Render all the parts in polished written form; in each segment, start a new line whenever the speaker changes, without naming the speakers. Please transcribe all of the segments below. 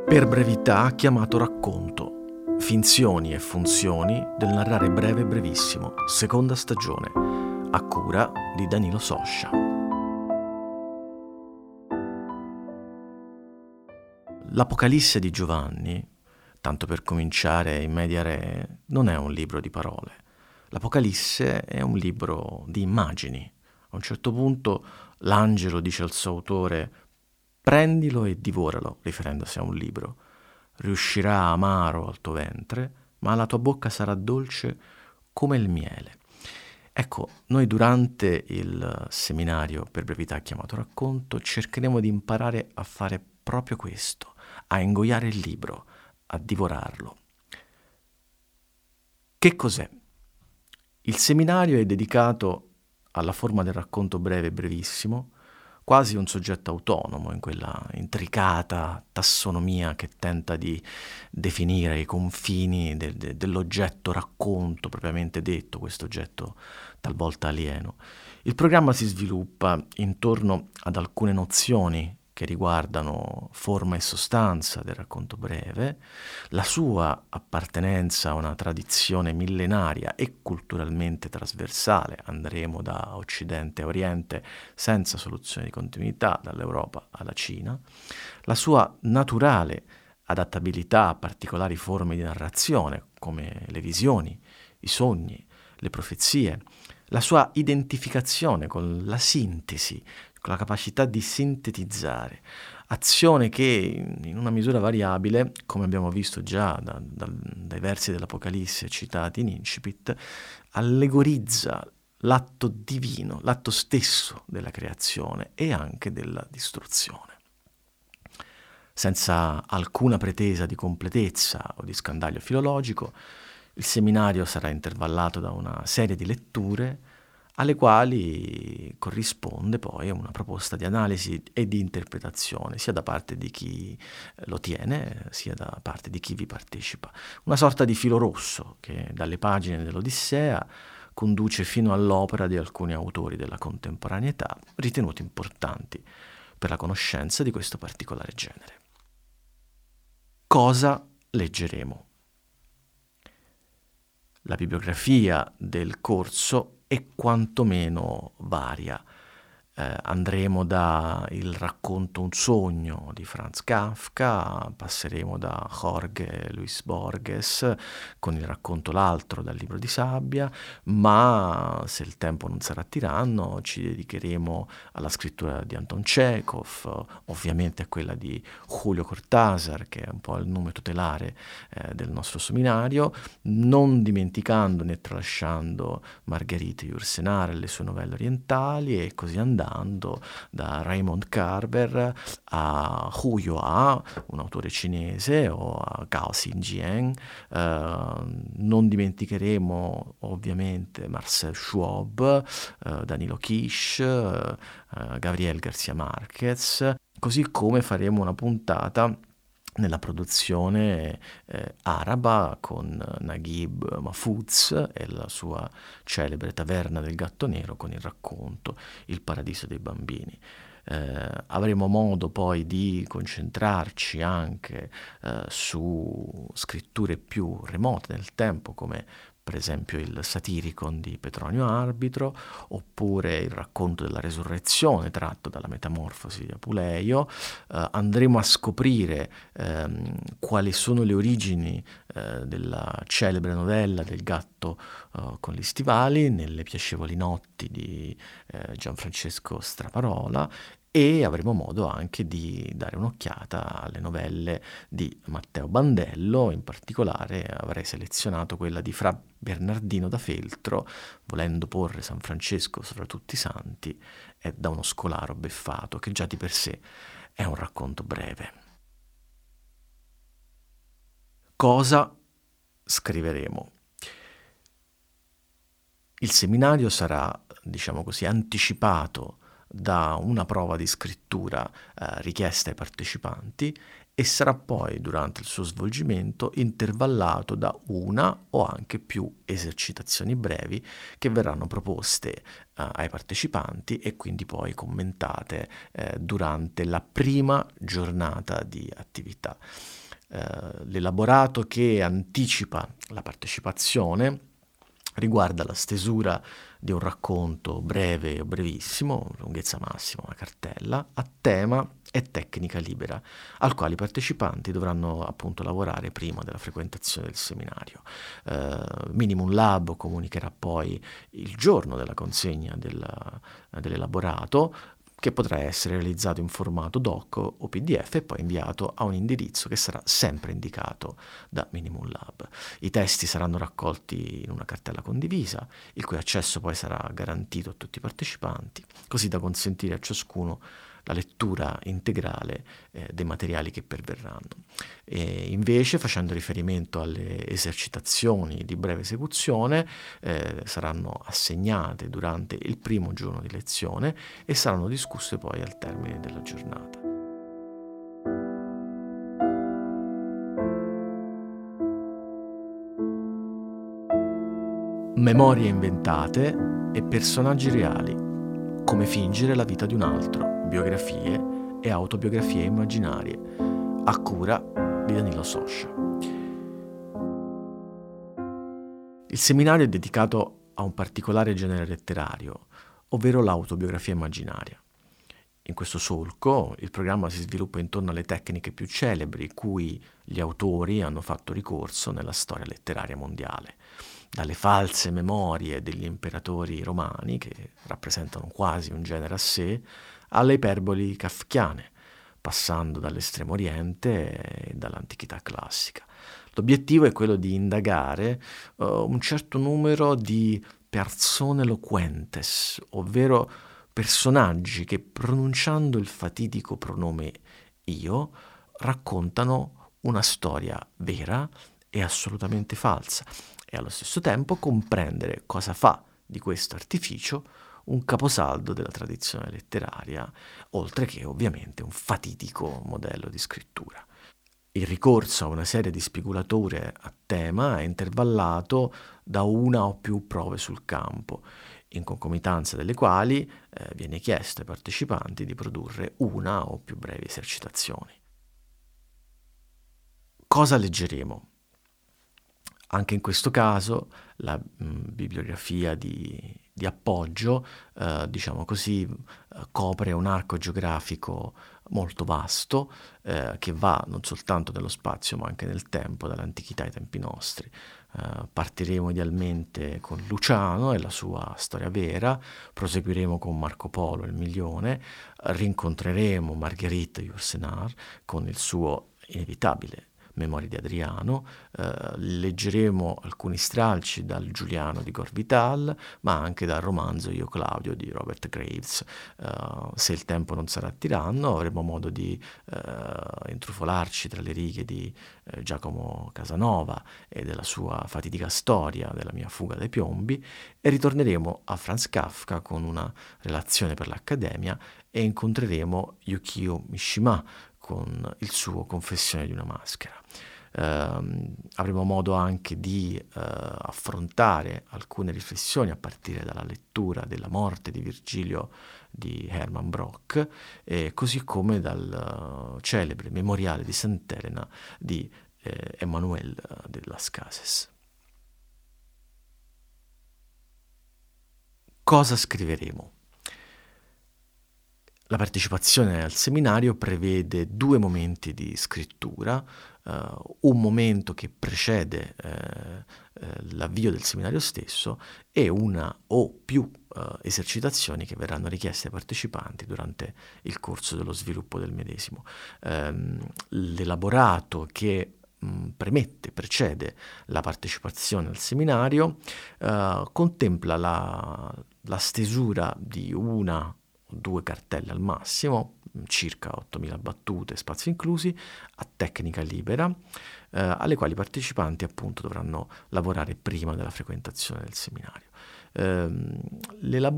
Per brevità chiamato racconto. Finzioni e funzioni del narrare breve e brevissimo, seconda stagione, a cura di Danilo Soscia. L'Apocalisse di Giovanni, tanto per cominciare in media re, non è un libro di parole. L'Apocalisse è un libro di immagini. A un certo punto l'angelo dice al suo autore: prendilo e divoralo, riferendosi a un libro. Riuscirà amaro al tuo ventre, ma la tua bocca sarà dolce come il miele. Ecco, noi durante il seminario, per brevità chiamato racconto, cercheremo di imparare a fare proprio questo, a ingoiare il libro, a divorarlo. Che cos'è? Il seminario è dedicato alla forma del racconto breve e brevissimo, quasi un soggetto autonomo in quella intricata tassonomia che tenta di definire i confini dell'oggetto racconto propriamente detto, questo oggetto talvolta alieno. Il programma si sviluppa intorno ad alcune nozioni che riguardano forma e sostanza del racconto breve, la sua appartenenza a una tradizione millenaria e culturalmente trasversale. Andremo da Occidente a Oriente senza soluzione di continuità, dall'Europa alla Cina, la sua naturale adattabilità a particolari forme di narrazione, come le visioni, i sogni, le profezie, la sua identificazione con la sintesi, con la capacità di sintetizzare, azione che in una misura variabile, come abbiamo visto già dai versi dell'Apocalisse citati in incipit, allegorizza l'atto divino, l'atto stesso della creazione e anche della distruzione. Senza alcuna pretesa di completezza o di scandaglio filologico, il seminario sarà intervallato da una serie di letture alle quali corrisponde poi una proposta di analisi e di interpretazione, sia da parte di chi lo tiene, sia da parte di chi vi partecipa. Una sorta di filo rosso che dalle pagine dell'Odissea conduce fino all'opera di alcuni autori della contemporaneità ritenuti importanti per la conoscenza di questo particolare genere. Cosa leggeremo? La bibliografia del corso è quantomeno varia. Andremo da Il racconto un sogno di Franz Kafka, passeremo da Jorge Luis Borges con Il racconto l'altro dal libro di sabbia, ma se il tempo non sarà tiranno ci dedicheremo alla scrittura di Anton Chekhov, ovviamente a quella di Julio Cortázar, che è un po' il nome tutelare del nostro seminario, non dimenticando né tralasciando Marguerite Yourcenar e le sue novelle orientali, e così andando da Raymond Carver a Hu Yuan, un autore cinese, o a Gao Xingjian. Non dimenticheremo ovviamente Marcel Schwab, Danilo Kish, Gabriel García Márquez, così come faremo una puntata nella produzione araba con Naguib Mahfouz e la sua celebre Taverna del Gatto Nero con il racconto Il paradiso dei bambini. Avremo modo poi di concentrarci anche su scritture più remote nel tempo, come per esempio il Satiricon di Petronio Arbitro, oppure il racconto della resurrezione tratto dalla Metamorfosi di Apuleio. Andremo a scoprire quali sono le origini della celebre novella del gatto con gli stivali nelle piacevoli notti di Gianfrancesco Straparola, e avremo modo anche di dare un'occhiata alle novelle di Matteo Bandello. In particolare avrei selezionato quella di Fra Bernardino da Feltro, volendo porre San Francesco sopra tutti i santi, è da uno scolaro beffato, che già di per sé è un racconto breve. Cosa scriveremo? Il seminario sarà, diciamo così, anticipato da una prova di scrittura richiesta ai partecipanti e sarà poi durante il suo svolgimento intervallato da una o anche più esercitazioni brevi che verranno proposte ai partecipanti e quindi poi commentate durante la prima giornata di attività. L'elaborato che anticipa la partecipazione riguarda la stesura di un racconto breve o brevissimo, lunghezza massima una cartella, a tema e tecnica libera, al quale i partecipanti dovranno appunto lavorare prima della frequentazione del seminario. Minimum Lab comunicherà poi il giorno della consegna dell'elaborato, che potrà essere realizzato in formato doc o PDF e poi inviato a un indirizzo che sarà sempre indicato da Minimum Lab. I testi saranno raccolti in una cartella condivisa, il cui accesso poi sarà garantito a tutti i partecipanti, così da consentire a ciascuno la lettura integrale dei materiali che perverranno. E invece, facendo riferimento alle esercitazioni di breve esecuzione, saranno assegnate durante il primo giorno di lezione e saranno discusse poi al termine della giornata. Memorie inventate e personaggi reali. Come fingere la vita di un altro. Biografie e autobiografie immaginarie, a cura di Danilo Soscia. Il seminario è dedicato a un particolare genere letterario, ovvero l'autobiografia immaginaria. In questo solco il programma si sviluppa intorno alle tecniche più celebri cui gli autori hanno fatto ricorso nella storia letteraria mondiale, dalle false memorie degli imperatori romani, che rappresentano quasi un genere a sé, alle iperboli kafkiane, passando dall'estremo oriente e dall'antichità classica. L'obiettivo è quello di indagare un certo numero di persone loquentes, ovvero personaggi che, pronunciando il fatidico pronome io, raccontano una storia vera e assolutamente falsa, e allo stesso tempo comprendere cosa fa di questo artificio un caposaldo della tradizione letteraria, oltre che ovviamente un fatidico modello di scrittura. Il ricorso a una serie di spigolature a tema è intervallato da una o più prove sul campo, in concomitanza delle quali viene chiesto ai partecipanti di produrre una o più brevi esercitazioni. Cosa leggeremo? Anche in questo caso la bibliografia di appoggio, diciamo così, copre un arco geografico molto vasto che va non soltanto nello spazio ma anche nel tempo, dall'antichità ai tempi nostri. Partiremo idealmente con Luciano e la sua storia vera, proseguiremo con Marco Polo e il Milione, rincontreremo Marguerite Yourcenar con il suo inevitabile Memorie di Adriano, leggeremo alcuni stralci dal Giuliano di Gore Vidal, ma anche dal romanzo Io Claudio di Robert Graves. Se il tempo non sarà tiranno, avremo modo di intrufolarci tra le righe di Giacomo Casanova e della sua fatidica storia della mia fuga dai piombi, e ritorneremo a Franz Kafka con una relazione per l'Accademia e incontreremo Yukio Mishima con il suo Confessione di una maschera. Avremo modo anche di affrontare alcune riflessioni a partire dalla lettura della morte di Virgilio di Hermann Brock, così come dal celebre Memoriale di Sant'Elena di Emmanuel de las Cases. Cosa scriveremo? La partecipazione al seminario prevede 2 momenti di scrittura, un momento che precede l'avvio del seminario stesso e una o più esercitazioni che verranno richieste ai partecipanti durante il corso dello sviluppo del medesimo. L'elaborato che precede la partecipazione al seminario contempla la stesura di una 2 cartelle al massimo, circa 8.000 battute, spazi inclusi, a tecnica libera, alle quali i partecipanti appunto dovranno lavorare prima della frequentazione del seminario.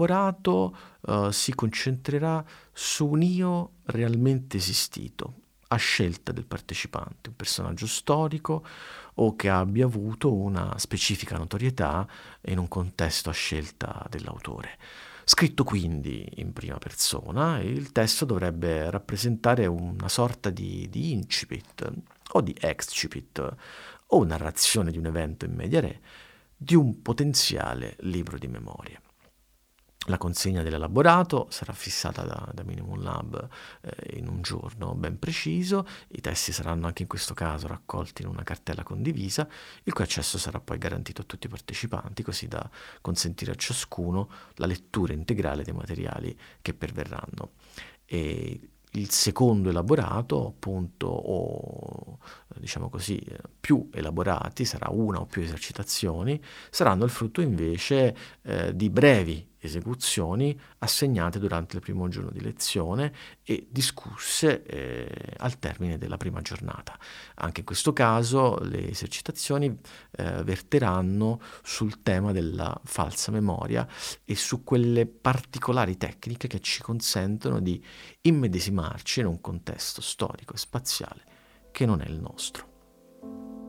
L'elaborato si concentrerà su un io realmente esistito, a scelta del partecipante, un personaggio storico o che abbia avuto una specifica notorietà in un contesto a scelta dell'autore. Scritto quindi in prima persona, il testo dovrebbe rappresentare una sorta di incipit o di excipit o narrazione di un evento in media re di un potenziale libro di memorie. La consegna dell'elaborato sarà fissata da Minimum Lab in un giorno ben preciso, i testi saranno anche in questo caso raccolti in una cartella condivisa, il cui accesso sarà poi garantito a tutti i partecipanti, così da consentire a ciascuno la lettura integrale dei materiali che perverranno. E il secondo elaborato, appunto, o diciamo così, più elaborati, sarà una o più esercitazioni, saranno il frutto invece di brevi esecuzioni assegnate durante il primo giorno di lezione e discusse al termine della prima giornata. Anche in questo caso le esercitazioni verteranno sul tema della falsa memoria e su quelle particolari tecniche che ci consentono di immedesimarci in un contesto storico e spaziale che non è il nostro.